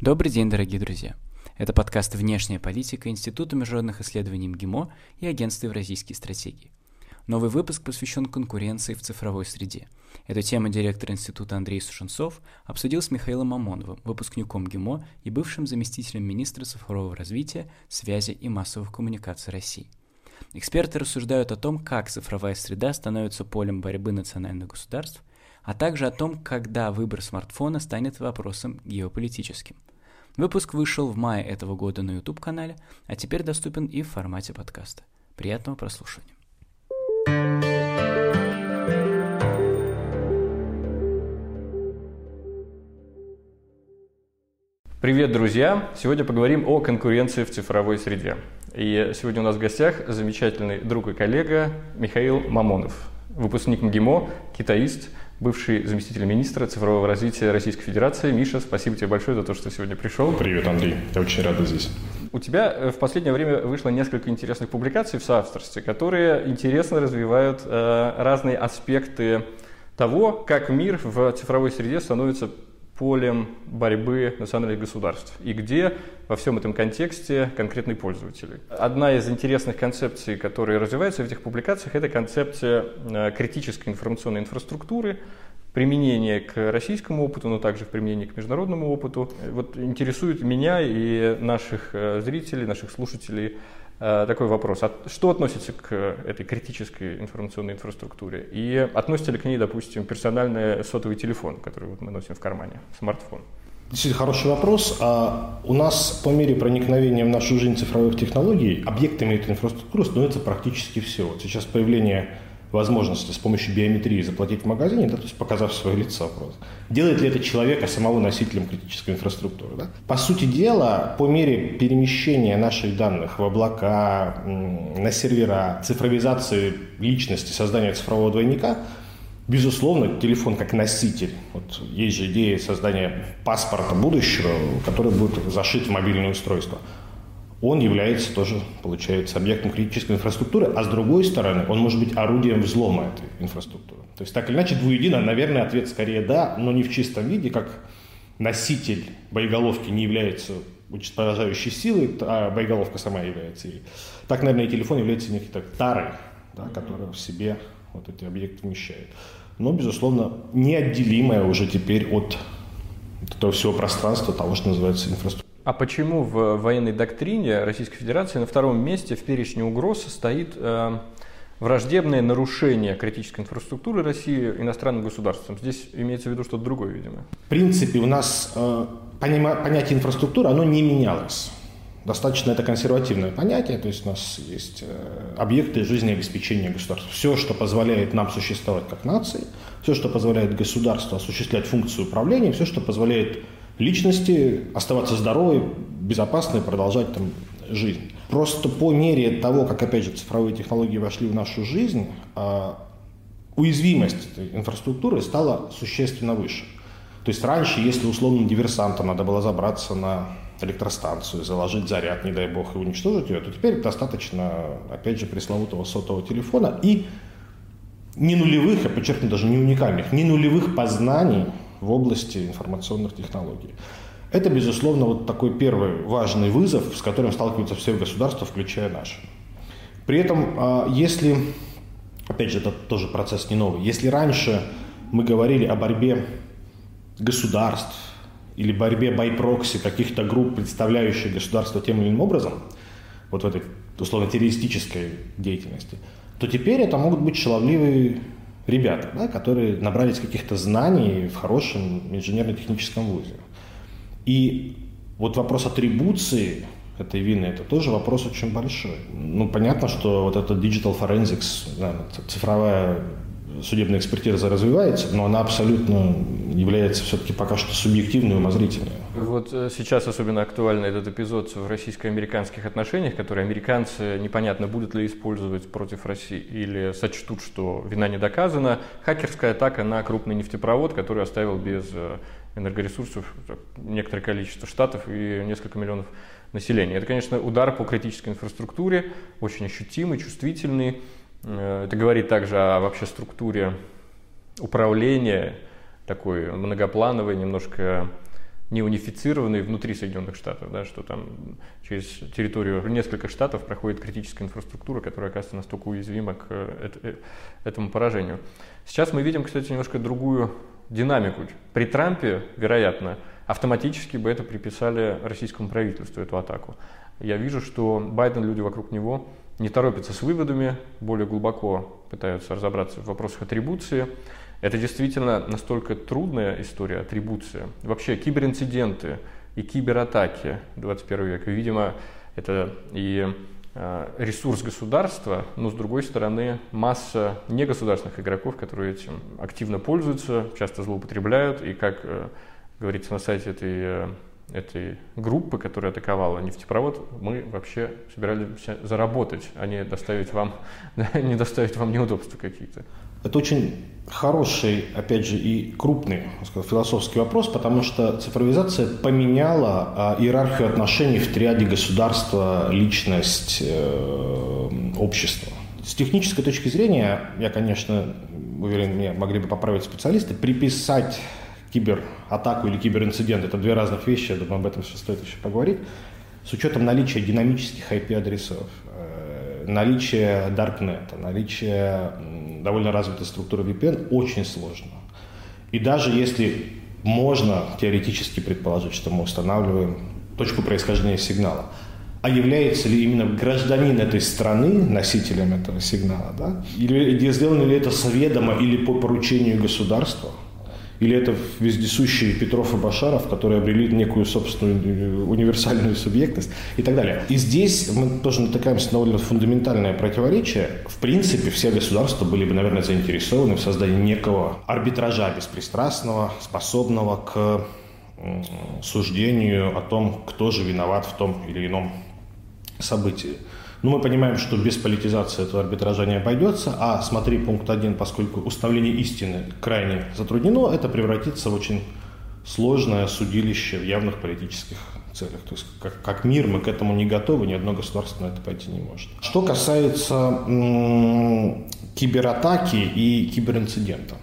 Добрый день, дорогие друзья! Это подкаст «Внешняя политика» Института международных исследований МГИМО и Агентства Евразийские стратегии. Новый выпуск посвящен конкуренции в цифровой среде. Эту тему директор института Андрей Сушенцов обсудил с Михаилом Мамоновым, выпускником МГИМО и бывшим заместителем министра цифрового развития, связи и массовых коммуникаций России. Эксперты рассуждают о том, как цифровая среда становится полем борьбы национальных государств, а также о том, когда выбор смартфона станет вопросом геополитическим. Выпуск вышел в мае этого года на YouTube-канале, а теперь доступен и в формате подкаста. Приятного прослушивания. Привет, друзья! Сегодня поговорим о конкуренции в цифровой среде. И сегодня у нас в гостях замечательный друг и коллега Михаил Мамонов, выпускник МГИМО, китаист, бывший заместитель министра цифрового развития Российской Федерации. Миша, спасибо тебе большое за то, что сегодня пришел. Привет, Андрей. Я очень рад быть здесь. У тебя в последнее время вышло несколько интересных публикаций в соавторстве, которые интересно развивают разные аспекты того, как мир в цифровой среде становится полем борьбы национальных государств и где во всем этом контексте конкретные пользователи. Одна из интересных концепций, которые развиваются в этих публикациях, это концепция критической информационной инфраструктуры, применение к российскому опыту, но также в применении к международному опыту. Вот интересует меня и наших зрителей, наших слушателей такой вопрос. Что относится к этой критической информационной инфраструктуре? И относится ли к ней, допустим, персональный сотовый телефон, который вот мы носим в кармане, смартфон? Действительно хороший вопрос. У нас по мере проникновения в нашу жизнь цифровых технологий объектами этой инфраструктуры становится практически все. Вот сейчас появление возможности с помощью биометрии заплатить в магазине, да, то есть показав свое лицо просто. Делает ли это человека самого носителем критической инфраструктуры? Да? По сути дела, по мере перемещения наших данных в облака, на сервера, цифровизации личности, создания цифрового двойника, безусловно, телефон как носитель. Вот есть же идея создания паспорта будущего, который будет зашит в мобильное устройство. Он является тоже, получается, объектом критической инфраструктуры, а с другой стороны, он может быть орудием взлома этой инфраструктуры. То есть, так или иначе, двуедино, наверное, ответ скорее да, но не в чистом виде, как носитель боеголовки не является уничтожающей силой, а боеголовка сама является ей. Так, наверное, и телефон является некой тарой, да, которая в себе вот эти объекты вмещает. Но, безусловно, неотделимая уже теперь от этого всего пространства, того, что называется инфраструктура. А почему в военной доктрине Российской Федерации на втором месте в перечне угроз стоит враждебное нарушение критической инфраструктуры России иностранным государствам? Здесь имеется в виду что-то другое, видимо. В принципе, у нас понятие инфраструктуры, оно не менялось. Достаточно это консервативное понятие, то есть у нас есть объекты жизнеобеспечения государства. Все, что позволяет нам существовать как нации, все, что позволяет государству осуществлять функцию управления, все, что позволяет личности оставаться здоровой, безопасной, продолжать там жизнь. Просто по мере того, как, опять же, цифровые технологии вошли в нашу жизнь, уязвимость этой инфраструктуры стала существенно выше. То есть раньше, если условным диверсантам надо было забраться на электростанцию, заложить заряд, не дай бог, и уничтожить ее, то теперь достаточно, опять же, пресловутого сотового телефона и не нулевых, я подчеркну, даже не уникальных, не нулевых познаний в области информационных технологий. Это, безусловно, вот такой первый важный вызов, с которым сталкиваются все государства, включая наши. При этом, если, опять же, это тоже процесс не новый, если раньше мы говорили о борьбе государств или борьбе байпрокси каких-то групп, представляющих государство тем или иным образом, вот в этой, условно, террористической деятельности, то теперь это могут быть шаловливые ребята, да, которые набрались каких-то знаний в хорошем инженерно-техническом вузе. И вот вопрос атрибуции этой вины, это тоже вопрос очень большой. Ну, понятно, что вот это digital forensics, да, цифровая судебная экспертиза развивается, но она абсолютно является все-таки пока что субъективной и умозрительной. Вот сейчас особенно актуальный этот эпизод в российско-американских отношениях, которые американцы непонятно будут ли использовать против России или сочтут, что вина не доказана. Хакерская атака на крупный нефтепровод, который оставил без энергоресурсов некоторое количество штатов и несколько миллионов населения. Это, конечно, удар по критической инфраструктуре, очень ощутимый, чувствительный. Это говорит также о вообще структуре управления, такой многоплановой, немножко не унифицированный внутри Соединенных Штатов, да, что там через территорию нескольких штатов проходит критическая инфраструктура, которая, оказывается, настолько уязвима к этому поражению. Сейчас мы видим, кстати, немножко другую динамику. При Трампе, вероятно, автоматически бы это приписали российскому правительству, эту атаку. Я вижу, что Байден, люди вокруг него не торопятся с выводами, более глубоко пытаются разобраться в вопросах атрибуции. Это действительно настолько трудная история, атрибуция. Вообще киберинциденты и кибератаки 21 века, видимо, это и ресурс государства, но с другой стороны масса негосударственных игроков, которые этим активно пользуются, часто злоупотребляют, и как говорится на сайте этой группы, которая атаковала нефтепровод, мы вообще собирались заработать, а не доставить вам неудобства какие-то. Это очень хороший, опять же, и крупный, так сказать, философский вопрос, потому что цифровизация поменяла иерархию отношений в триаде государства, личность, общество. С технической точки зрения, я, конечно, уверен, меня могли бы поправить специалисты, приписать кибератаку или киберинцидент – это две разных вещи, я думаю, об этом стоит еще поговорить, с учетом наличия динамических IP-адресов, наличия Даркнета, наличия довольно развитой структуры VPN очень сложно. И даже если можно теоретически предположить, что мы устанавливаем точку происхождения сигнала, а является ли именно гражданин этой страны носителем этого сигнала, да? Или сделано ли это заведомо или по поручению государства, или это вездесущие Петров и Башаров, которые обрели некую собственную универсальную субъектность и так далее. И здесь мы тоже натыкаемся на довольно фундаментальное противоречие. В принципе, все государства были бы, наверное, заинтересованы в создании некого арбитража беспристрастного, способного к суждению о том, кто же виноват в том или ином событии. Но мы понимаем, что без политизации этого арбитража не обойдется, а смотри пункт 1, поскольку установление истины крайне затруднено, это превратится в очень сложное судилище в явных политических целях. То есть как мир мы к этому не готовы, ни одно государство на это пойти не может. Что касается кибератаки и киберинцидента.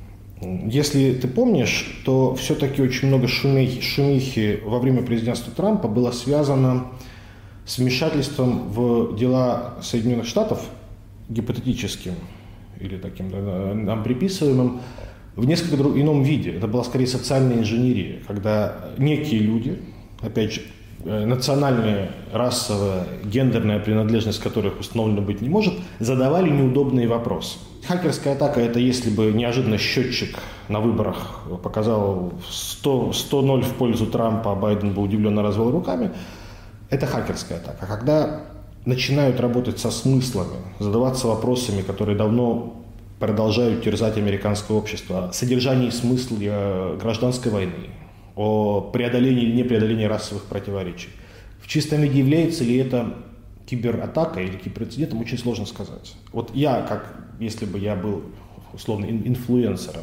Если ты помнишь, то все-таки очень много шумихи во время президентства Трампа было связано с вмешательством в дела Соединенных Штатов, гипотетическим или таким нам приписываемым, в несколько ином виде. Это была скорее социальная инженерия, когда некие люди, опять же, национальная, расовая, гендерная принадлежность которых установлена быть не может, задавали неудобные вопросы. Хакерская атака – это если бы неожиданно счетчик на выборах показал 100-0 в пользу Трампа, а Байден бы удивленно развел руками. Это хакерская атака. Когда начинают работать со смыслами, задаваться вопросами, которые давно продолжают терзать американское общество, о содержании и смысле гражданской войны, о преодолении или непреодолении расовых противоречий. В чистом виде является ли это кибератакой или киберинцидентом, очень сложно сказать. Вот я, если бы я был условно инфлюенсером,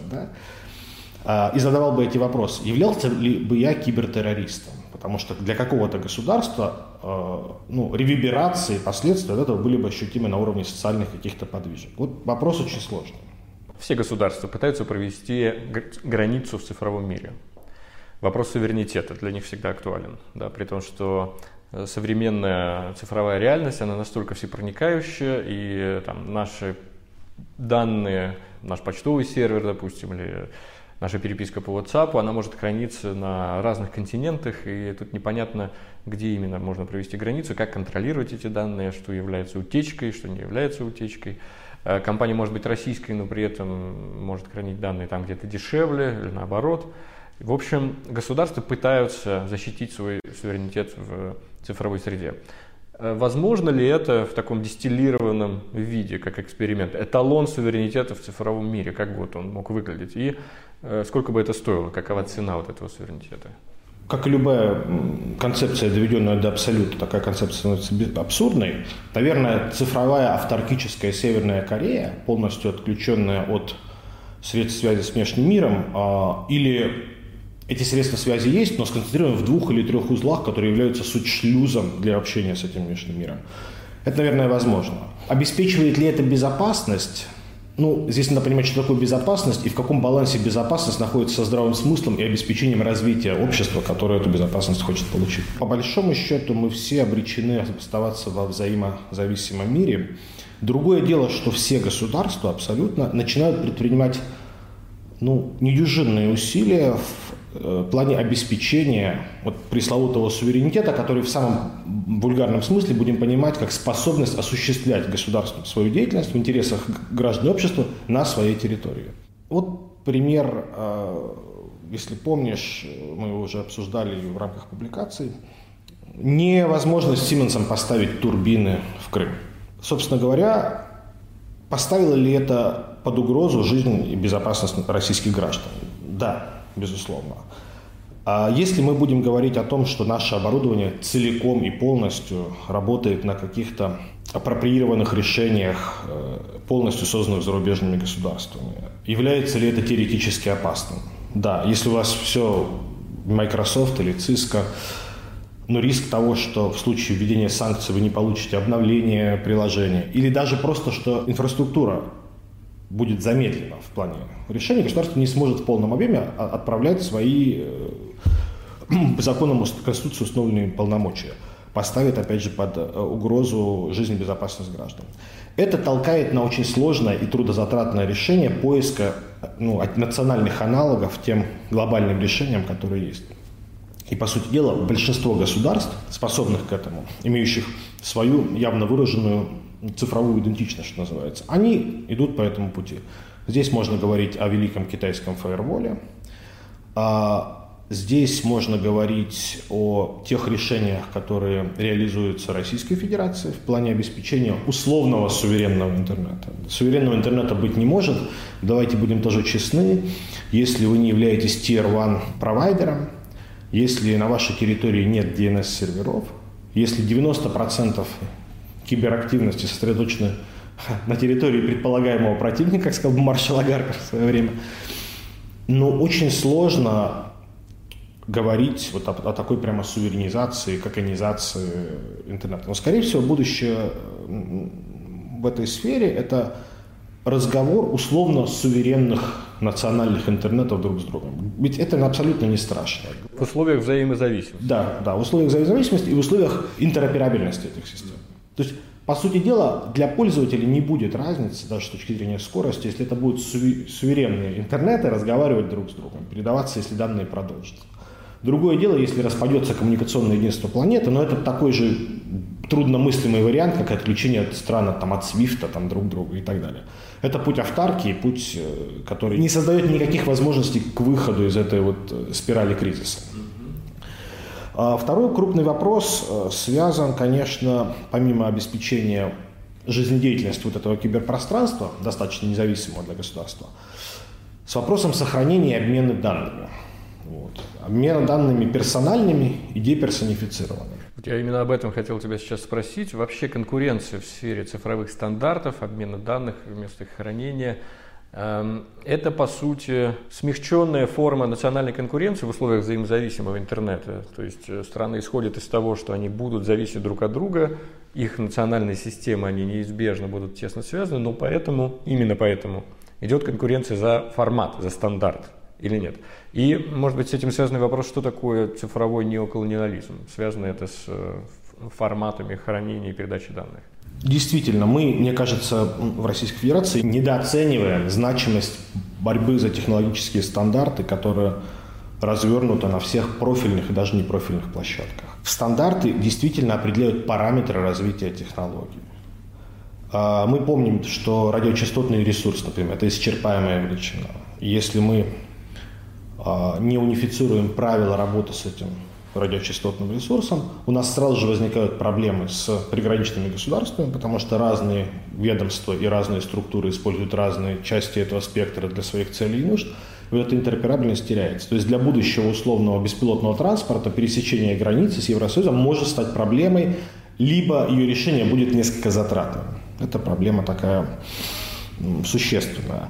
да, и задавал бы эти вопросы, являлся ли бы я кибертеррористом? Потому что для какого-то государства реверберации, последствия от этого были бы ощутимы на уровне социальных каких-то подвижек. Вот вопрос очень сложный. Все государства пытаются провести границу в цифровом мире. Вопрос суверенитета для них всегда актуален, да, при том, что современная цифровая реальность, она настолько всепроникающая, и там, наши данные, наш почтовый сервер, допустим, или наша переписка по WhatsApp, она может храниться на разных континентах, и тут непонятно, где именно можно провести границу, как контролировать эти данные, что является утечкой, что не является утечкой. Компания может быть российской, но при этом может хранить данные там где-то дешевле или наоборот. В общем, государства пытаются защитить свой суверенитет в цифровой среде. Возможно ли это в таком дистиллированном виде, как эксперимент, эталон суверенитета в цифровом мире, как вот он мог выглядеть, и сколько бы это стоило, какова цена вот этого суверенитета? Как и любая концепция, доведенная до абсолюта, такая концепция становится абсурдной. Наверное, цифровая автаркическая Северная Корея, полностью отключенная от средств связи с внешним миром, или эти средства связи есть, но сконцентрированы в 2 или 3 узлах, которые являются суть шлюзом для общения с этим внешним миром. Это, наверное, возможно. Обеспечивает ли это безопасность? Здесь надо понимать, что такое безопасность и в каком балансе безопасность находится со здравым смыслом и обеспечением развития общества, которое эту безопасность хочет получить. По большому счету мы все обречены оставаться во взаимозависимом мире. Другое дело, что все государства абсолютно начинают предпринимать недюжинные усилия в плане обеспечения пресловутого суверенитета, который в самом вульгарном смысле будем понимать как способность осуществлять государству свою деятельность в интересах граждан общества на своей территории. Пример, если помнишь, мы его уже обсуждали в рамках публикаций, невозможность Сименсом поставить турбины в Крым. Собственно говоря, поставило ли это под угрозу жизнь и безопасность российских граждан? Да, безусловно. А если мы будем говорить о том, что наше оборудование целиком и полностью работает на каких-то апроприированных решениях, полностью созданных зарубежными государствами, является ли это теоретически опасным? Да, если у вас все Microsoft или Cisco, но риск того, что в случае введения санкций вы не получите обновление приложения, или даже просто, что инфраструктура будет замедлена в плане решения, государство не сможет в полном объеме отправлять свои законом Конституции установленные полномочия, поставит, опять же, под угрозу жизнь и безопасность граждан. Это толкает на очень сложное и трудозатратное решение поиска национальных аналогов тем глобальным решениям, которые есть. И, по сути дела, большинство государств, способных к этому, имеющих свою явно выраженную цифровую идентичность, что называется, они идут по этому пути. Здесь можно говорить о великом китайском фаерволе, здесь можно говорить о тех решениях, которые реализуются Российской Федерацией в плане обеспечения условного суверенного интернета. Суверенного интернета быть не может, давайте будем тоже честны, если вы не являетесь Tier 1 провайдером, если на вашей территории нет DNS-серверов, если 90% киберактивности сосредоточены на территории предполагаемого противника, как сказал Маршал Агарков в свое время, очень сложно говорить о такой прямо суверенизации, коконизации интернета. Но, скорее всего, будущее в этой сфере – это разговор условно суверенных национальных интернетов друг с другом. Ведь это абсолютно не страшно. В условиях взаимозависимости. Да, в условиях взаимозависимости и в условиях интероперабельности этих систем. То есть, по сути дела, для пользователей не будет разницы, даже с точки зрения скорости, если это будут суверенные интернеты разговаривать друг с другом, передаваться, если данные продолжатся. Другое дело, если распадется коммуникационное единство планеты, но это такой же трудномыслимый вариант, как отключение стран от Свифта друг друга и так далее. Это путь автарки, путь, который не создает никаких возможностей к выходу из этой спирали кризиса. Второй крупный вопрос связан, конечно, помимо обеспечения жизнедеятельности этого киберпространства, достаточно независимого для государства, с вопросом сохранения и обмена данными. Обмена данными персональными и деперсонифицированными. Я именно об этом хотел тебя сейчас спросить. Вообще конкуренция в сфере цифровых стандартов, обмена данных, места их хранения – это, по сути, смягченная форма национальной конкуренции в условиях взаимозависимого интернета. То есть страны исходят из того, что они будут зависеть друг от друга, их национальные системы, они неизбежно будут тесно связаны, но именно поэтому идет конкуренция за формат, за стандарт. Или нет? И, может быть, с этим связанный вопрос, что такое цифровой неоколониализм? Связано это с форматами хранения и передачи данных? Действительно, мы, мне кажется, в Российской Федерации недооцениваем значимость борьбы за технологические стандарты, которая развернута на всех профильных и даже непрофильных площадках. Стандарты действительно определяют параметры развития технологий. Мы помним, что радиочастотный ресурс, например, это исчерпаемая величина. Если мы не унифицируем правила работы с этим радиочастотным ресурсом, у нас сразу же возникают проблемы с приграничными государствами, потому что разные ведомства и разные структуры используют разные части этого спектра для своих целей и нужд, и эта интероперабельность теряется. То есть для будущего условного беспилотного транспорта пересечение границы с Евросоюзом может стать проблемой, либо ее решение будет несколько затратным. Это проблема такая существенная.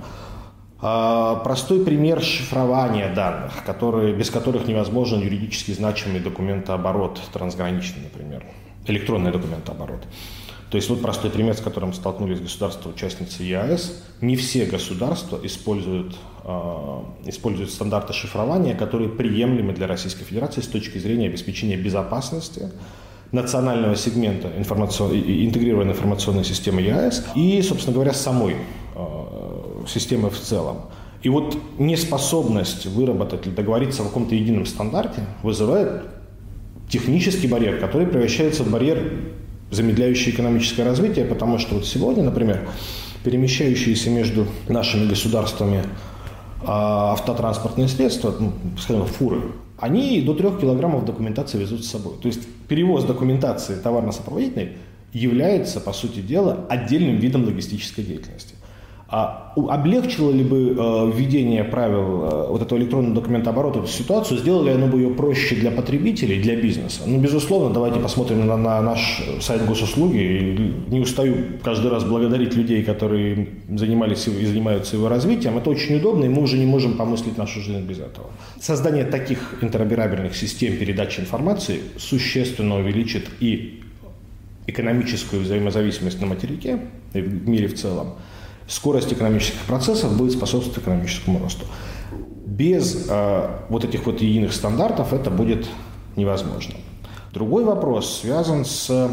Простой пример шифрования данных, без которых невозможен юридически значимый документооборот трансграничный, например, электронный документооборот. То есть вот простой пример, с которым столкнулись государства-участницы ЕАЭС. Не все государства используют стандарты шифрования, которые приемлемы для Российской Федерации с точки зрения обеспечения безопасности национального сегмента интегрированной информационной системы ЕАЭС и, собственно говоря, самой системы в целом. И вот неспособность выработать или договориться о каком-то едином стандарте вызывает технический барьер, который превращается в барьер, замедляющий экономическое развитие, потому что вот сегодня, например, перемещающиеся между нашими государствами автотранспортные средства, скажем, фуры, они до 3 килограммов документации везут с собой. То есть перевоз документации товарно-сопроводительной является, по сути дела, отдельным видом логистической деятельности. Облегчило ли бы введение правил вот этого электронного документооборота эту ситуацию, сделало ли оно бы ее проще для потребителей, для бизнеса? Ну, безусловно, давайте посмотрим на наш сайт госуслуги. И не устаю каждый раз благодарить людей, которые занимались и занимаются его развитием. Это очень удобно, и мы уже не можем помыслить нашу жизнь без этого. Создание таких интероперабельных систем передачи информации существенно увеличит и экономическую взаимозависимость на материке, и в мире в целом. Скорость экономических процессов будет способствовать экономическому росту. Без вот этих вот единых стандартов это будет невозможно. Другой вопрос связан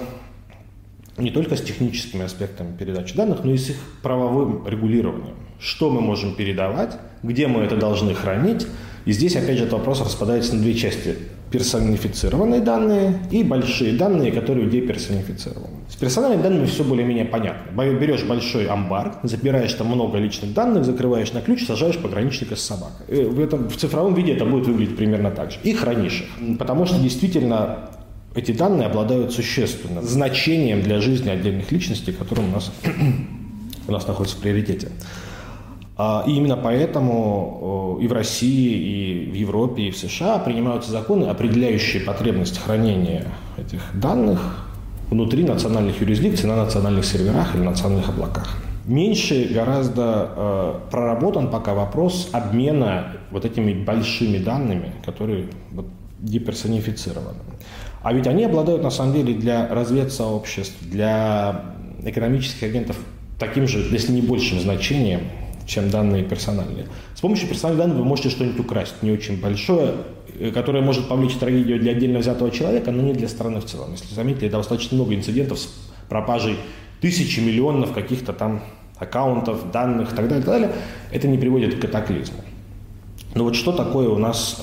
не только с техническими аспектами передачи данных, но и с их правовым регулированием. Что мы можем передавать, где мы это должны хранить. И здесь, опять же, этот вопрос распадается на 2 части. Персонифицированные данные и большие данные, которые деперсонифицированы. С персональными данными все более-менее понятно. Берешь большой амбар, забираешь там много личных данных, закрываешь на ключ, сажаешь пограничника с собакой. В цифровом виде это будет выглядеть примерно так же. И хранишь их. Потому что действительно эти данные обладают существенным значением для жизни отдельных личностей, которые у нас находятся в приоритете. И именно поэтому и в России, и в Европе, и в США принимаются законы, определяющие потребность хранения этих данных внутри национальных юрисдикций, на национальных серверах или национальных облаках. Меньше гораздо проработан пока вопрос обмена вот этими большими данными, которые деперсонифицированы. А ведь они обладают, на самом деле, для разведсообществ, для экономических агентов таким же, если не большим значением, чем данные персональные. С помощью персональных данных вы можете что-нибудь украсть, не очень большое, которое может повлечь трагедию для отдельно взятого человека, но не для страны в целом. Если заметили, достаточно много инцидентов с пропажей тысячи миллионов каких-то там аккаунтов, данных и так далее, и так далее. Это не приводит к катаклизму. Но вот что такое у нас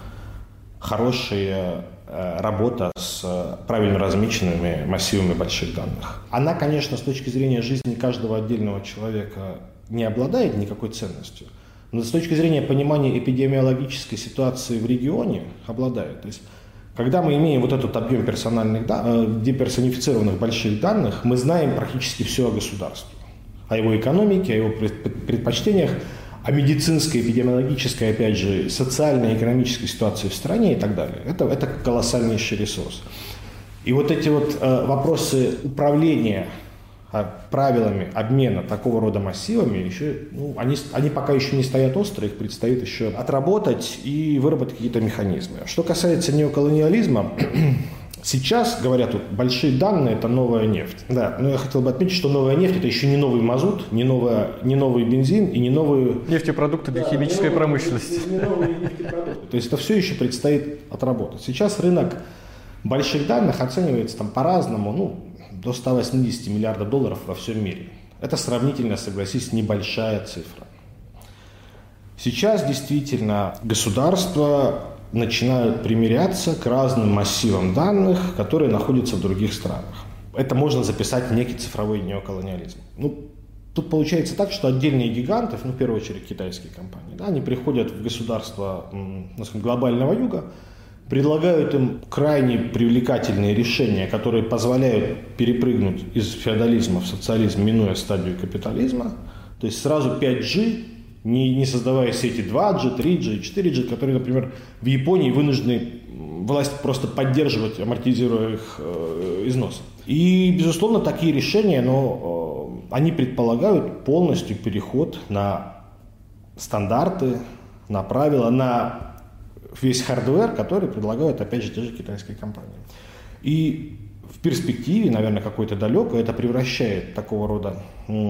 хорошая работа с правильно размеченными массивами больших данных? Она, конечно, с точки зрения жизни каждого отдельного человека не обладает никакой ценностью, но с точки зрения понимания эпидемиологической ситуации в регионе обладает. То есть, когда мы имеем вот этот объем деперсонифицированных больших данных, мы знаем практически все о государстве, о его экономике, о его предпочтениях, о медицинской, эпидемиологической, опять же, социальной, экономической ситуации в стране и так далее. Это колоссальнейший ресурс. И вот эти вот вопросы управления правилами обмена такого рода массивами еще, они пока еще не стоят остро, их предстоит еще отработать и выработать какие-то механизмы. Что касается неоколониализма, сейчас, говорят, большие данные – это новая нефть. Да, но я хотел бы отметить, что новая нефть – это еще не новый мазут, не новый бензин и не новые… Нефтепродукты для химической промышленности. Не новые нефтепродукты. То есть это все еще предстоит отработать. Сейчас рынок больших данных оценивается там по-разному, до 180 миллиардов долларов во всем мире. Это сравнительно, согласись, небольшая цифра. Сейчас действительно государства начинают примиряться к разным массивам данных, которые находятся в других странах. Это можно записать в некий цифровой неоколониализм. Тут получается так, что отдельные гиганты, в первую очередь китайские компании, они приходят в государства глобального юга, предлагают им крайне привлекательные решения, которые позволяют перепрыгнуть из феодализма в социализм, минуя стадию капитализма. То есть сразу 5G, не создавая сети 2G, 3G, 4G, которые, например, в Японии вынуждены власть просто поддерживать, амортизируя их износ. И, безусловно, такие решения, они предполагают полностью переход на стандарты, на правила, на весь хардвер, который предлагают, опять же, те же китайские компании. И в перспективе, наверное, какой-то далекой, это превращает такого рода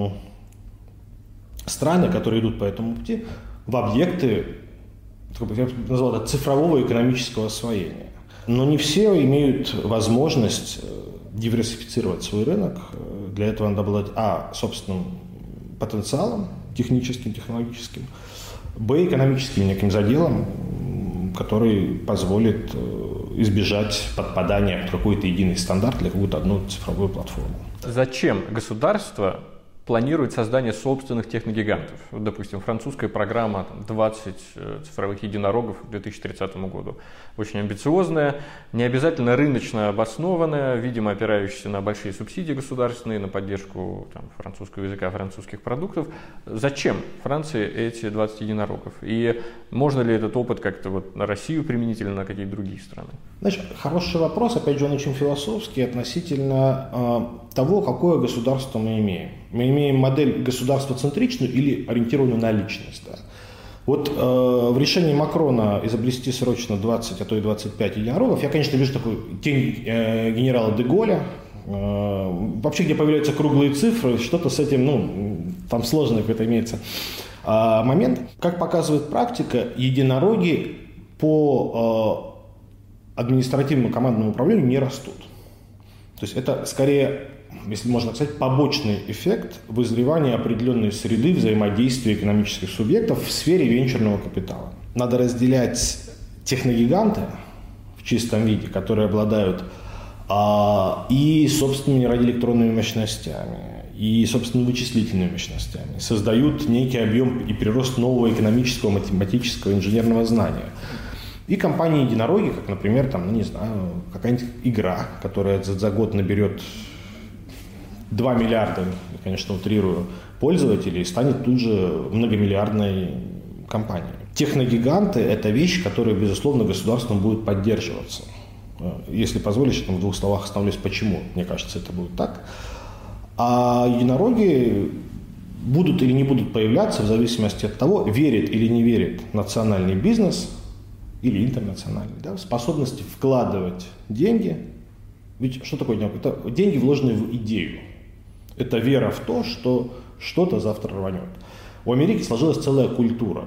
страны, которые идут по этому пути, в объекты, я бы назвал это, цифрового экономического освоения. Но не все имеют возможность диверсифицировать свой рынок. Для этого надо обладать собственным потенциалом техническим, технологическим, экономическим неким заделом, который позволит избежать подпадания под какой-то единый стандарт или какую-то одну цифровую платформу. Зачем государство планирует создание собственных техногигантов? Вот, допустим, французская программа 20 цифровых единорогов к 2030 году. Очень амбициозная, не обязательно рыночно обоснованная, видимо, опирающаяся на большие субсидии государственные, на поддержку французского языка, французских продуктов. Зачем Франции эти 20 единорогов? И можно ли этот опыт как-то на Россию применить или на какие-то другие страны? Значит, хороший вопрос, опять же, он очень философский относительно того, какое государство мы имеем. Мы имеем модель государствоцентричную или ориентированную на личность. Да? Вот в решении Макрона изобрести срочно 20, а то и 25 единорогов, я, конечно, вижу такую тень генерала де Голля. Вообще, где появляются круглые цифры, что-то с этим, там сложный какой-то имеется момент. Как показывает практика, единороги по административному командному управлению не растут. То есть это скорее, если можно сказать, побочный эффект вызревания определенной среды взаимодействия экономических субъектов в сфере венчурного капитала. Надо разделять техногиганты в чистом виде, которые обладают и собственными радиоэлектронными мощностями, и собственными вычислительными мощностями, создают некий объем и прирост нового экономического, математического, инженерного знания. И компании-единороги, как, например, какая-нибудь игра, которая за год наберет 2 миллиарда, я, конечно, утрирую, пользователей, станет тут же многомиллиардной компанией. Техногиганты – это вещь, которая, безусловно, государством будет поддерживаться. Если позволишь, я в 2 словах остановлюсь, почему, мне кажется, это будет так. А единороги будут или не будут появляться в зависимости от того, верит или не верит национальный бизнес или интернациональный, в способности вкладывать деньги. Ведь что такое деньги? Это деньги, вложенные в идею. Это вера в то, что что-то завтра рванет. У Америки сложилась целая культура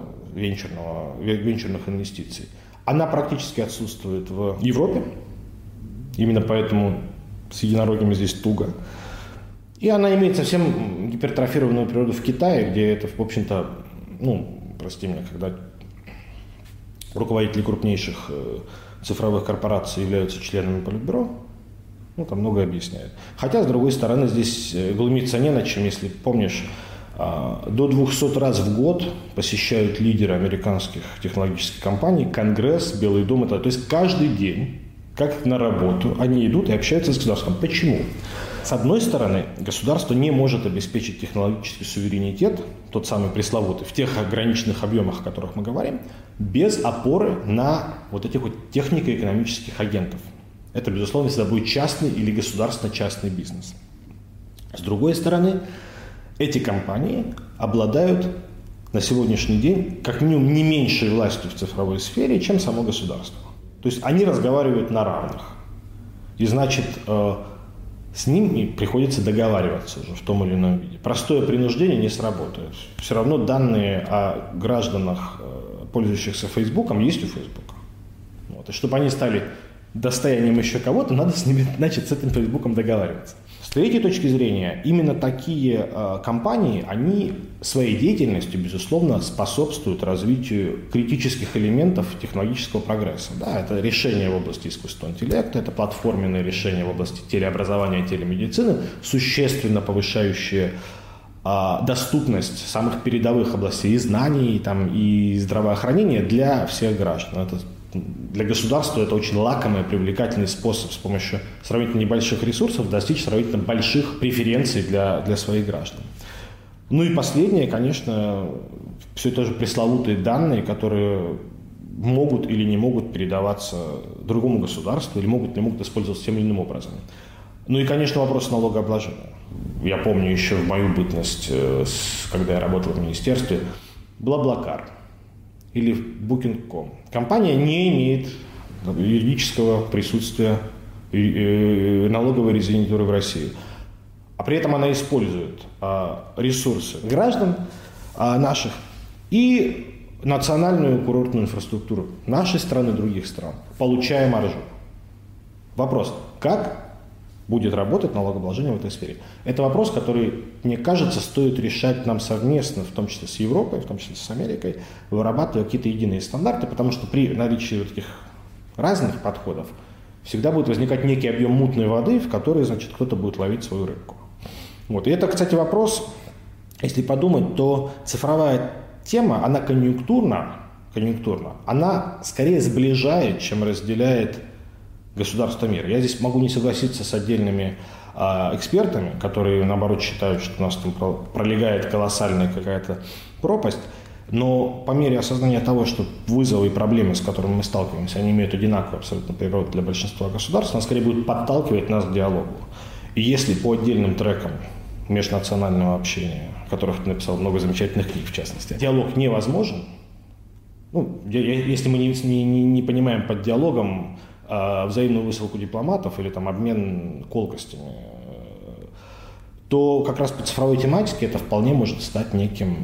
венчурных инвестиций. Она практически отсутствует в Европе. Именно поэтому с единорогами здесь туго. И она имеет совсем гипертрофированную природу в Китае, где это, в общем-то, прости меня, когда руководители крупнейших цифровых корпораций являются членами Политбюро, там многое объясняет. Хотя, с другой стороны, здесь глумиться не над чем. Если помнишь, до 200 раз в год посещают лидеры американских технологических компаний Конгресс, Белый дом. То есть каждый день, как на работу, они идут и общаются с государством. Почему? С одной стороны, государство не может обеспечить технологический суверенитет, тот самый пресловутый, в тех ограниченных объемах, о которых мы говорим, без опоры на этих технико-экономических агентов. Это, безусловно, всегда будет частный или государственно-частный бизнес. С другой стороны, эти компании обладают на сегодняшний день как минимум не меньшей властью в цифровой сфере, чем само государство. То есть они разговаривают на равных. И значит, с ними приходится договариваться уже в том или ином виде. Простое принуждение не сработает. Все равно данные о гражданах, пользующихся Фейсбуком, есть у Фейсбука. И чтобы они стали достоянием еще кого-то, надо с ними, с этим Фейсбуком договариваться. С третьей точки зрения, именно такие компании, они своей деятельностью, безусловно, способствуют развитию критических элементов технологического прогресса. Да, это решения в области искусственного интеллекта, это платформенные решения в области телеобразования, телемедицины, существенно повышающие доступность самых передовых областей и знаний, и здравоохранения для всех граждан. Для государства это очень лакомый, привлекательный способ с помощью сравнительно небольших ресурсов достичь сравнительно больших преференций для своих граждан. И последнее, конечно, все это же пресловутые данные, которые могут или не могут передаваться другому государству или могут использоваться тем или иным образом. И, конечно, вопрос налогообложения. Я помню еще в мою бытность, когда я работал в министерстве, BlaBlaCar или Booking.com. Компания не имеет юридического присутствия налоговой резидентуры в России. А при этом она использует ресурсы граждан наших и национальную курортную инфраструктуру нашей страны и других стран, получая маржу. Вопрос, как будет работать налогообложение в этой сфере? Это вопрос, который, мне кажется, стоит решать нам совместно, в том числе с Европой, в том числе с Америкой, вырабатывая какие-то единые стандарты, потому что при наличии вот таких разных подходов всегда будет возникать некий объем мутной воды, в которой, значит, кто-то будет ловить свою рыбку. Вот. И это, кстати, вопрос, если подумать, то цифровая тема, она конъюнктурна, она скорее сближает, чем разделяет государство мира. Я здесь могу не согласиться с отдельными экспертами, которые, наоборот, считают, что у нас там пролегает колоссальная какая-то пропасть, но по мере осознания того, что вызовы и проблемы, с которыми мы сталкиваемся, они имеют одинаковую абсолютно природу для большинства государств, она скорее будет подталкивать нас к диалогу. И если по отдельным трекам межнационального общения, о которых ты написал много замечательных книг, в частности, диалог невозможен, если мы не понимаем под диалогом взаимную высылку дипломатов или там обмен колкостями, то как раз по цифровой тематике это вполне может стать неким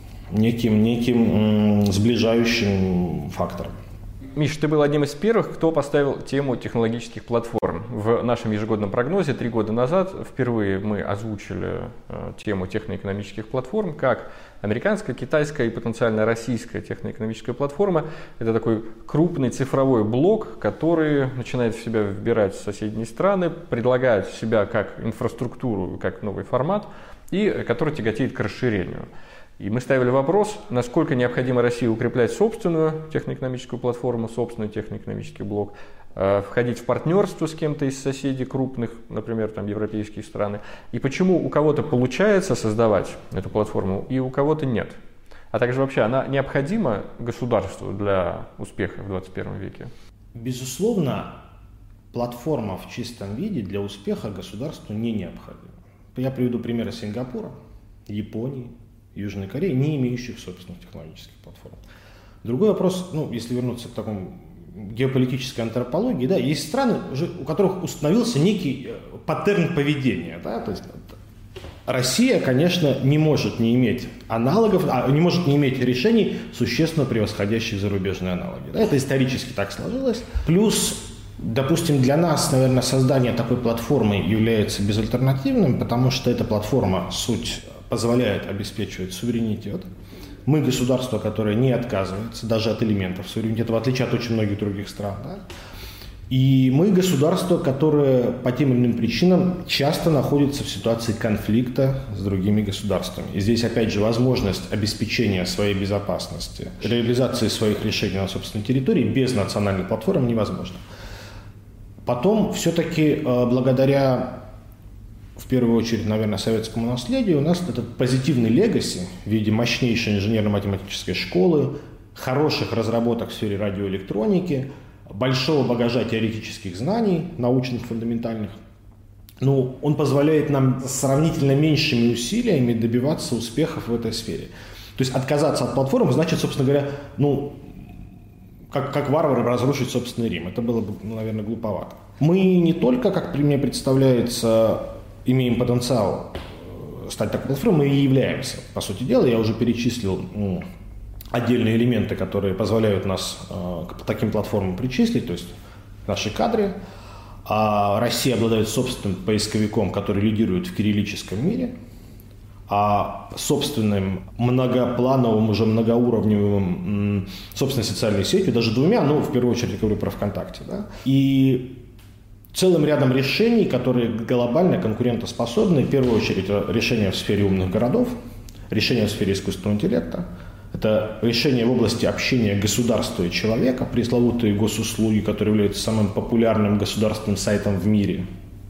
сближающим фактором. Миш, ты был одним из первых, кто поставил тему технологических платформ. В нашем ежегодном прогнозе 3 года назад впервые мы озвучили тему техноэкономических платформ как американская, китайская и потенциально российская техноэкономическая платформа. Это такой крупный цифровой блок, который начинает в себя вбирать соседние страны, предлагает себя как инфраструктуру, как новый формат, и который тяготеет к расширению. И мы ставили вопрос, насколько необходимо России укреплять собственную техноэкономическую платформу, собственный техноэкономический блок, входить в партнерство с кем-то из соседей крупных, например, там, европейские страны, и почему у кого-то получается создавать эту платформу, и у кого-то нет. А также вообще она необходима государству для успеха в 21 веке? Безусловно, платформа в чистом виде для успеха государству не необходима. Я приведу примеры Сингапура, Японии, Южной Кореи, не имеющих собственных технологических платформ. Другой вопрос, если вернуться к такому геополитической антропологии, да, есть страны, у которых установился некий паттерн поведения. Да, то есть Россия, конечно, не может не иметь аналогов, не может не иметь решений, существенно превосходящих зарубежные аналоги. Да, это исторически так сложилось. Плюс, допустим, для нас, наверное, создание такой платформы является безальтернативным, потому что эта платформа, суть, позволяет обеспечивать суверенитет. Мы государство, которое не отказывается даже от элементов суверенитета, в отличие от очень многих других стран. Да? И мы государство, которое по тем или иным причинам часто находится в ситуации конфликта с другими государствами. И здесь, опять же, возможность обеспечения своей безопасности, реализации своих решений на собственной территории без национальной платформы невозможно. Потом, все-таки, благодаря, в первую очередь, наверное, советскому наследию, у нас этот позитивный легаси в виде мощнейшей инженерно-математической школы, хороших разработок в сфере радиоэлектроники, большого багажа теоретических знаний, научных, фундаментальных, он позволяет нам сравнительно меньшими усилиями добиваться успехов в этой сфере. То есть отказаться от платформы значит, собственно говоря, как варвары разрушить собственный Рим. Это было бы, наверное, глуповато. Мы не только, как мне представляется, имеем потенциал стать такой платформой, мы и являемся. По сути дела, я уже перечислил отдельные элементы, которые позволяют нас к таким платформам причислить, то есть наши кадры. А Россия обладает собственным поисковиком, который лидирует в кириллическом мире, а собственным многоплановым, уже многоуровневым собственной социальной сетью, даже двумя, в первую очередь я говорю про ВКонтакте. Да? И целым рядом решений, которые глобально конкурентоспособны. В первую очередь, это решения в сфере умных городов, решения в сфере искусственного интеллекта, это решения в области общения государства и человека, пресловутые госуслуги, которые являются самым популярным государственным сайтом в мире.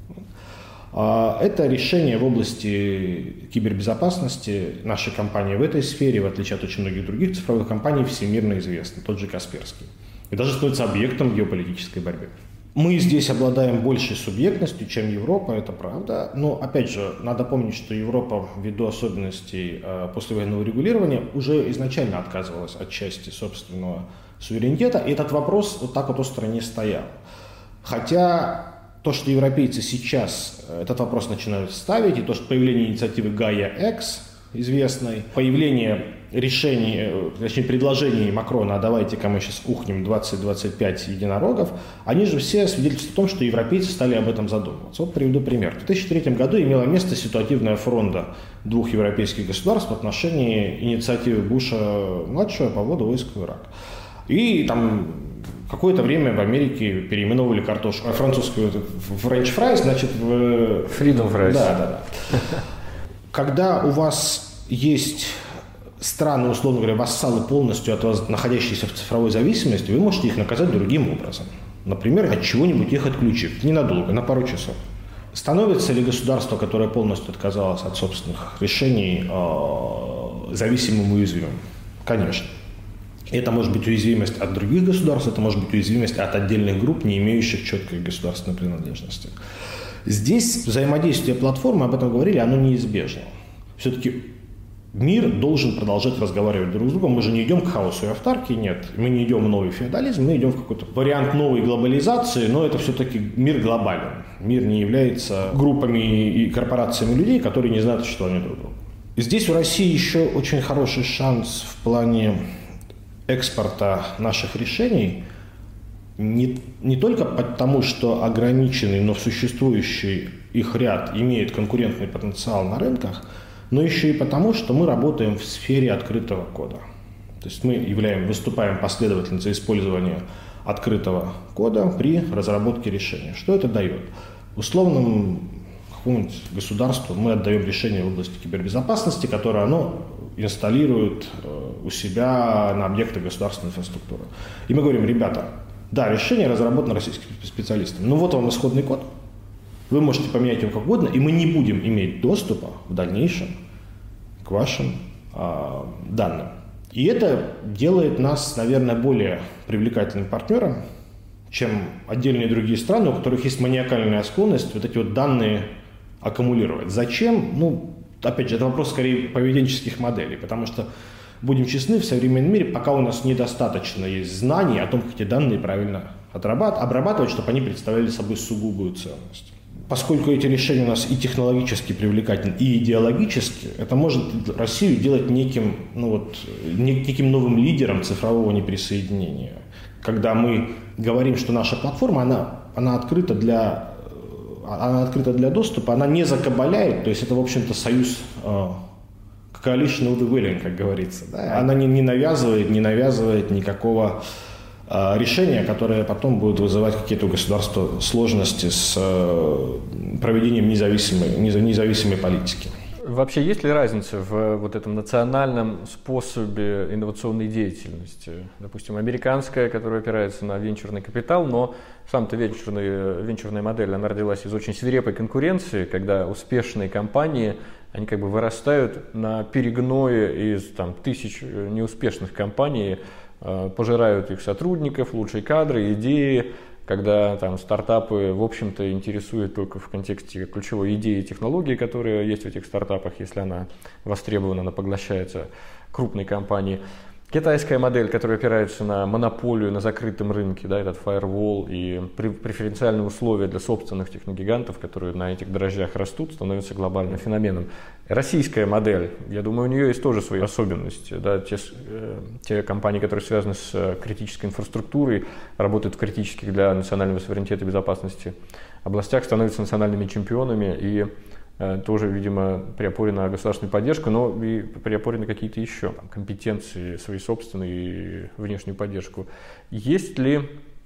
Это решения в области кибербезопасности. Наши компании в этой сфере, в отличие от очень многих других цифровых компаний, всемирно известны, тот же Касперский. И даже становится объектом геополитической борьбы. Мы здесь обладаем большей субъектностью, чем Европа, это правда. Но, опять же, надо помнить, что Европа, ввиду особенностей послевоенного регулирования, уже изначально отказывалась от части собственного суверенитета. И этот вопрос вот так вот остро не стоял. Хотя то, что европейцы сейчас этот вопрос начинают ставить, и то, что появление инициативы Gaia-X известной, появление решений, точнее предложений Макрона, а давайте-ка мы сейчас ухнем 20-25 единорогов, они же все свидетельствуют о том, что европейцы стали об этом задумываться. Вот приведу пример. В 2003 году имела место ситуативная фронта двух европейских государств в отношении инициативы Буша-младшего по вводу войск в Ирак. И там какое-то время в Америке переименовывали картошку, французскую френч фрайс, значит, в... Freedom fries. Да. Когда у вас есть страны, условно говоря, вассалы полностью от вас, находящиеся в цифровой зависимости, вы можете их наказать другим образом. Например, от чего-нибудь их отключив. Ненадолго, на пару часов. Становится ли государство, которое полностью отказалось от собственных решений, зависимым и уязвимым? Конечно. Это может быть уязвимость от других государств, это может быть уязвимость от отдельных групп, не имеющих четкой государственной принадлежности. Здесь взаимодействие платформы, об этом говорили, оно неизбежно. Все-таки мир должен продолжать разговаривать друг с другом. Мы же не идем к хаосу и автаркии, нет. Мы не идем в новый феодализм, мы идем в какой-то вариант новой глобализации, но это все-таки мир глобален. Мир не является группами и корпорациями людей, которые не знают, что они друг друга. И здесь у России еще очень хороший шанс в плане экспорта наших решений, не только потому, что ограниченный, но существующий их ряд имеет конкурентный потенциал на рынках, но еще и потому, что мы работаем в сфере открытого кода. То есть мы выступаем последовательницей использования открытого кода при разработке решения. Что это дает? Условному какому-нибудь государству мы отдаем решение в области кибербезопасности, которое оно инсталирует у себя на объектах государственной инфраструктуры. И мы говорим: ребята, да, решение разработано российскими специалистами, но вот вам исходный код, вы можете поменять его как угодно, и мы не будем иметь доступа в дальнейшем к вашим данным. И это делает нас, наверное, более привлекательным партнером, чем отдельные другие страны, у которых есть маниакальная склонность вот эти вот данные аккумулировать. Зачем? Опять же, это вопрос скорее поведенческих моделей, потому что, будем честны, в современном мире пока у нас недостаточно есть знаний о том, как эти данные правильно обрабатывать, чтобы они представляли собой сугубую ценность. Поскольку эти решения у нас и технологически привлекательны, и идеологически, это может Россию делать неким новым лидером цифрового неприсоединения. Когда мы говорим, что наша платформа, она открыта для доступа, она не закабаляет, то есть это, в общем-то, союз coalition of the willing, как говорится. Да? Она не навязывает никакого решения, которое потом будет вызывать какие-то у государства сложности с проведением независимой политики. Вообще есть ли разница в вот этом национальном способе инновационной деятельности? Допустим, американская, которая опирается на венчурный капитал, но сам-то венчурная модель, она родилась из очень свирепой конкуренции, когда успешные компании, они как бы вырастают на перегное из тысяч неуспешных компаний, пожирают их сотрудников, лучшие кадры, идеи, когда стартапы, в общем-то, интересуют только в контексте ключевой идеи и технологии, которые есть в этих стартапах, если она востребована, она поглощается крупной компанией. Китайская модель, которая опирается на монополию на закрытом рынке, да, этот firewall и преференциальные условия для собственных техногигантов, которые на этих дрожжах растут, становятся глобальным феноменом. Российская модель, я думаю, у нее есть тоже свои особенности. Да, те компании, которые связаны с критической инфраструктурой, работают в критических для национального суверенитета и безопасности областях, становятся национальными чемпионами и тоже, видимо, при опоре на государственную поддержку, но и при опоре на какие-то еще компетенции, свои собственные и внешнюю поддержку. Есть ли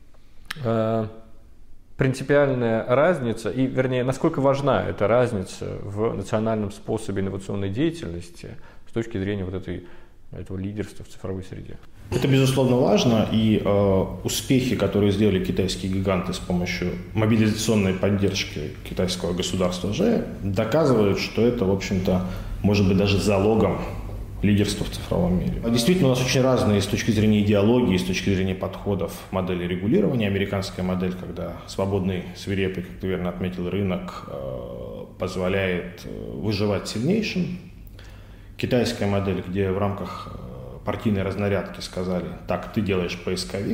принципиальная разница, и, вернее, насколько важна эта разница в национальном способе инновационной деятельности с точки зрения этого лидерства в цифровой среде? Это, безусловно, важно, и успехи, которые сделали китайские гиганты с помощью мобилизационной поддержки китайского государства уже доказывают, что это, в общем-то, может быть даже залогом лидерства в цифровом мире. Действительно, у нас очень разные с точки зрения идеологии, с точки зрения подходов модели регулирования. Американская модель, когда свободный, свирепый, как ты верно отметил, рынок позволяет выживать сильнейшим. Китайская модель, где в рамках партийной разнарядки сказали: так, ты делаешь поисковик,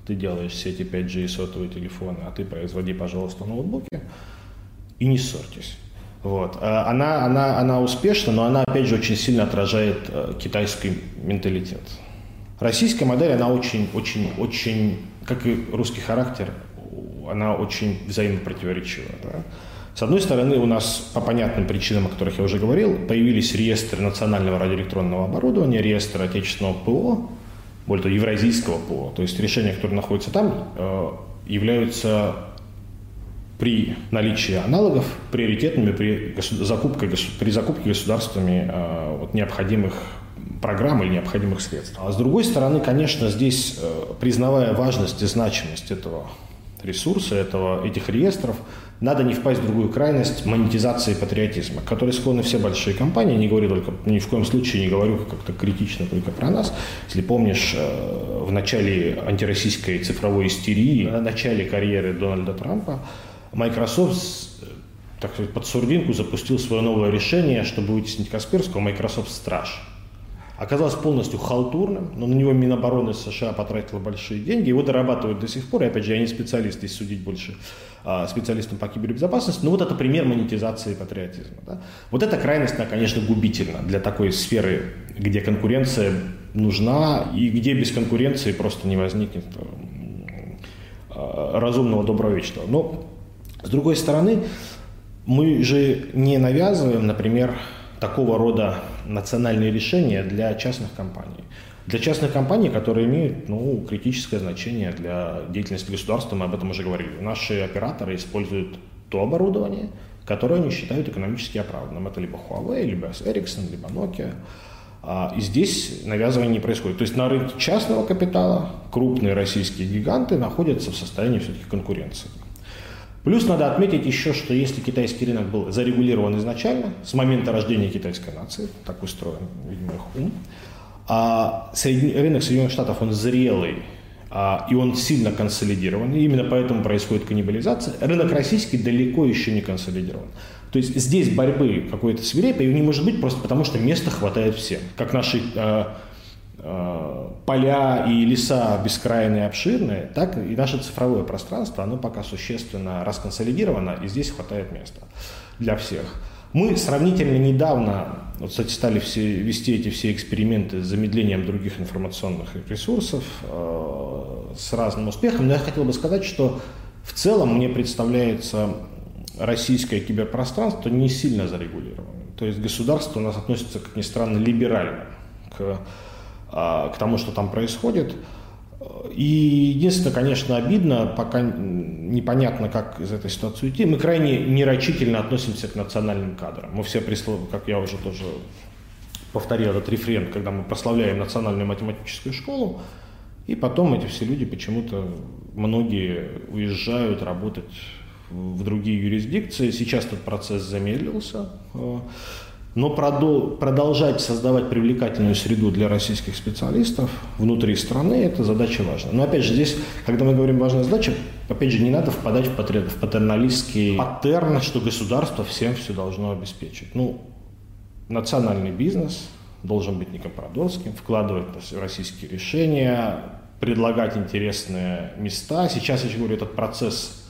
ты делаешь сети 5G и сотовые телефоны, а ты производи, пожалуйста, ноутбуки, и не ссорьтесь. Вот. Она успешна, но она, опять же, очень сильно отражает китайский менталитет. Российская модель, она очень, как и русский характер, она очень взаимопротиворечива. Да? С одной стороны, у нас по понятным причинам, о которых я уже говорил, появились реестры национального радиоэлектронного оборудования, реестры отечественного ПО, более того, евразийского ПО. То есть решения, которые находятся там, являются при наличии аналогов приоритетными при закупке государствами необходимых программ или необходимых средств. А с другой стороны, конечно, здесь, признавая важность и значимость этого ресурса, этих реестров, надо не впасть в другую крайность монетизации патриотизма, к которой склонны все большие компании. Не говорю только, ни в коем случае не говорю как-то критично только про нас. Если помнишь, в начале антироссийской цифровой истерии, на начале карьеры Дональда Трампа, Microsoft, так сказать, под сурдинку запустил свое новое решение, чтобы вытеснить Касперского, Microsoft Страж. Оказалось полностью халтурным, но на него Минобороны США потратила большие деньги, его дорабатывают до сих пор, и опять же, я не специалист, здесь судить больше специалистам по кибербезопасности, но вот это пример монетизации патриотизма. Да? Вот эта крайность, она, конечно, губительна для такой сферы, где конкуренция нужна, и где без конкуренции просто не возникнет разумного добровольчества. Но, с другой стороны, мы же не навязываем, например, такого рода национальные решения для частных компаний. Для частных компаний, которые имеют критическое значение для деятельности государства, мы об этом уже говорили. Наши операторы используют то оборудование, которое они считают экономически оправданным. Это либо Huawei, либо Ericsson, либо Nokia. И здесь навязывание не происходит. То есть на рынке частного капитала крупные российские гиганты находятся в состоянии все-таки конкуренции. Плюс надо отметить еще, что если китайский рынок был зарегулирован изначально, с момента рождения китайской нации, так устроен, видимо, их ум, а рынок Соединенных Штатов, он зрелый, и он сильно консолидирован, и именно поэтому происходит каннибализация, рынок российский далеко еще не консолидирован. То есть здесь борьбы какой-то свирепой не может быть просто потому, что места хватает всем. Как наши поля и леса бескрайние, обширные, так и наше цифровое пространство, оно пока существенно расконсолидировано, и здесь хватает места для всех. Мы сравнительно недавно, кстати, стали вести эти все эксперименты с замедлением других информационных ресурсов с разным успехом, но я хотел бы сказать, что в целом мне представляется российское киберпространство не сильно зарегулированным. То есть государство у нас относится, как ни странно, либерально к тому, что там происходит. И единственное, конечно, обидно, пока непонятно, как из этой ситуации уйти, мы крайне нерачительно относимся к национальным кадрам. Мы все, как я уже тоже повторил этот рефрен, когда мы прославляем национальную математическую школу, и потом эти все люди почему-то, многие уезжают работать в другие юрисдикции. Сейчас этот процесс замедлился. Но продолжать создавать привлекательную среду для российских специалистов внутри страны – это задача важная. Но опять же, здесь, когда мы говорим «важная задача», опять же, не надо впадать в патерналистский паттерн, что государство всем все должно обеспечить. Национальный бизнес должен быть некомпрадорским, вкладывать в российские решения, предлагать интересные места. Сейчас, я говорю, этот процесс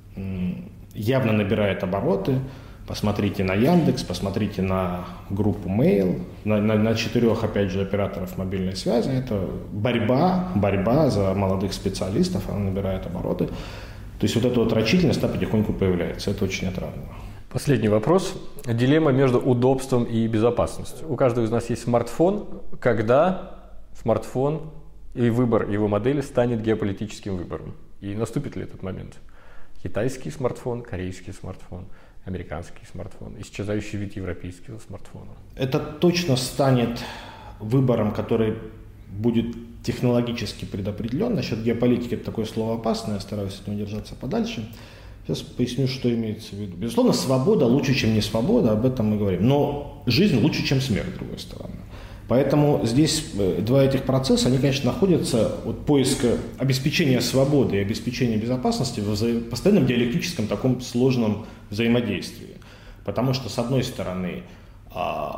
явно набирает обороты. Посмотрите на Яндекс, посмотрите на группу Mail, на 4, опять же, операторов мобильной связи. Это борьба за молодых специалистов, она набирает обороты. То есть вот эта вот рачительность, она потихоньку появляется. Это очень отрадно. Последний вопрос. Дилемма между удобством и безопасностью. У каждого из нас есть смартфон. Когда смартфон и выбор его модели станет геополитическим выбором? И наступит ли этот момент? Китайский смартфон, корейский смартфон, американский смартфон, исчезающий вид европейского смартфона. Это точно станет выбором, который будет технологически предопределен. Насчет геополитики это такое слово опасное, я стараюсь от него держаться подальше. Сейчас поясню, что имеется в виду. Безусловно, свобода лучше, чем не свобода, об этом мы говорим. Но жизнь лучше, чем смерть, с другой стороны. Поэтому здесь два этих процесса, они, конечно, находятся от поиска обеспечения свободы и обеспечения безопасности в постоянном диалектическом таком сложном взаимодействии. Потому что, с одной стороны,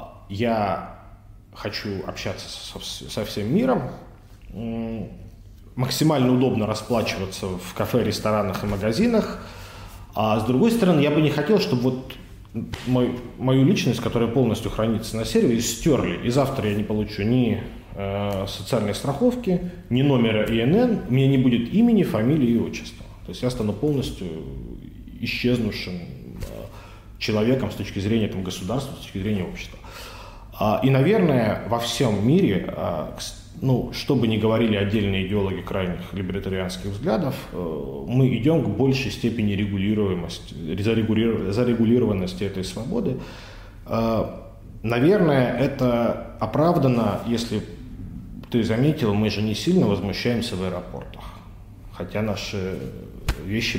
я хочу общаться со всем миром, максимально удобно расплачиваться в кафе, ресторанах и магазинах. А с другой стороны, я бы не хотел, чтобы вот мою личность, которая полностью хранится на сервере, стерли. И завтра я не получу ни социальной страховки, ни номера ИНН, у меня не будет имени, фамилии и отчества. То есть я стану полностью исчезнувшим человеком с точки зрения там, государства, с точки зрения общества. И, наверное, во всем мире, что бы ни говорили отдельные идеологи крайних либертарианских взглядов, мы идем к большей степени зарегулированности этой свободы. Наверное, это оправдано, если ты заметил, мы же не сильно возмущаемся в аэропортах. Хотя наши вещи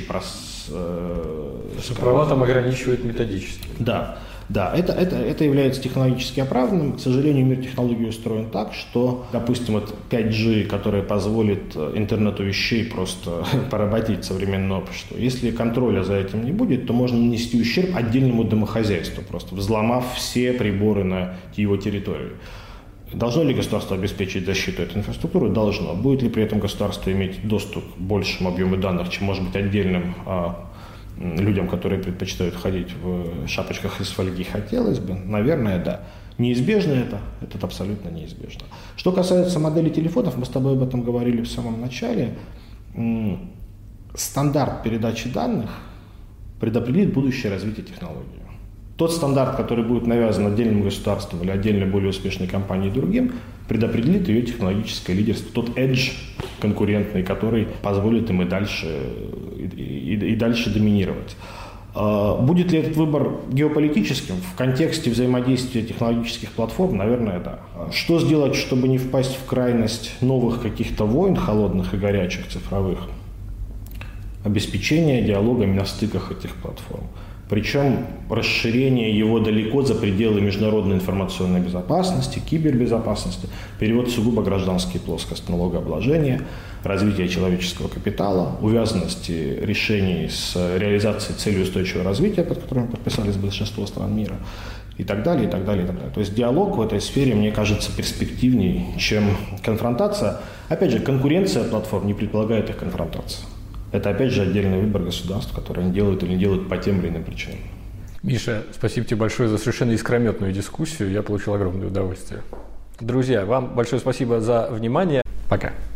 права там ограничивают методически. Да, это является технологически оправданным. К сожалению, мир технологий устроен так, что, допустим, 5G, которая позволит интернету вещей просто поработить современное общество, если контроля за этим не будет, то можно нанести ущерб отдельному домохозяйству, просто взломав все приборы на его территории. Должно ли государство обеспечить защиту этой инфраструктуры? Должно. Будет ли при этом государство иметь доступ к большему объему данных, чем может быть отдельным людям, которые предпочитают ходить в шапочках из фольги, хотелось бы? Наверное, да. Неизбежно это абсолютно неизбежно. Что касается модели телефонов, мы с тобой об этом говорили в самом начале. Стандарт передачи данных предопределит будущее развитие технологии. Тот стандарт, который будет навязан отдельным государством или отдельной более успешной компанией другим, предопределит ее технологическое лидерство. Тот edge конкурентный, который позволит им и дальше доминировать. Будет ли этот выбор геополитическим в контексте взаимодействия технологических платформ? Наверное, да. Что сделать, чтобы не впасть в крайность новых каких-то войн, холодных и горячих, цифровых? Обеспечение диалогами на стыках этих платформ. Причем расширение его далеко за пределы международной информационной безопасности, кибербезопасности, перевод сугубо гражданские плоскости, налогообложения, развитие человеческого капитала, увязанности решений с реализацией цели устойчивого развития, под которыми подписались большинство стран мира, и так далее, и так далее, и так далее. То есть диалог в этой сфере, мне кажется, перспективнее, чем конфронтация. Опять же, конкуренция платформ не предполагает их конфронтации. Это, опять же, отдельный выбор государств, которые они делают или не делают по тем или иным причинам. Миша, спасибо тебе большое за совершенно искрометную дискуссию. Я получил огромное удовольствие. Друзья, вам большое спасибо за внимание. Пока.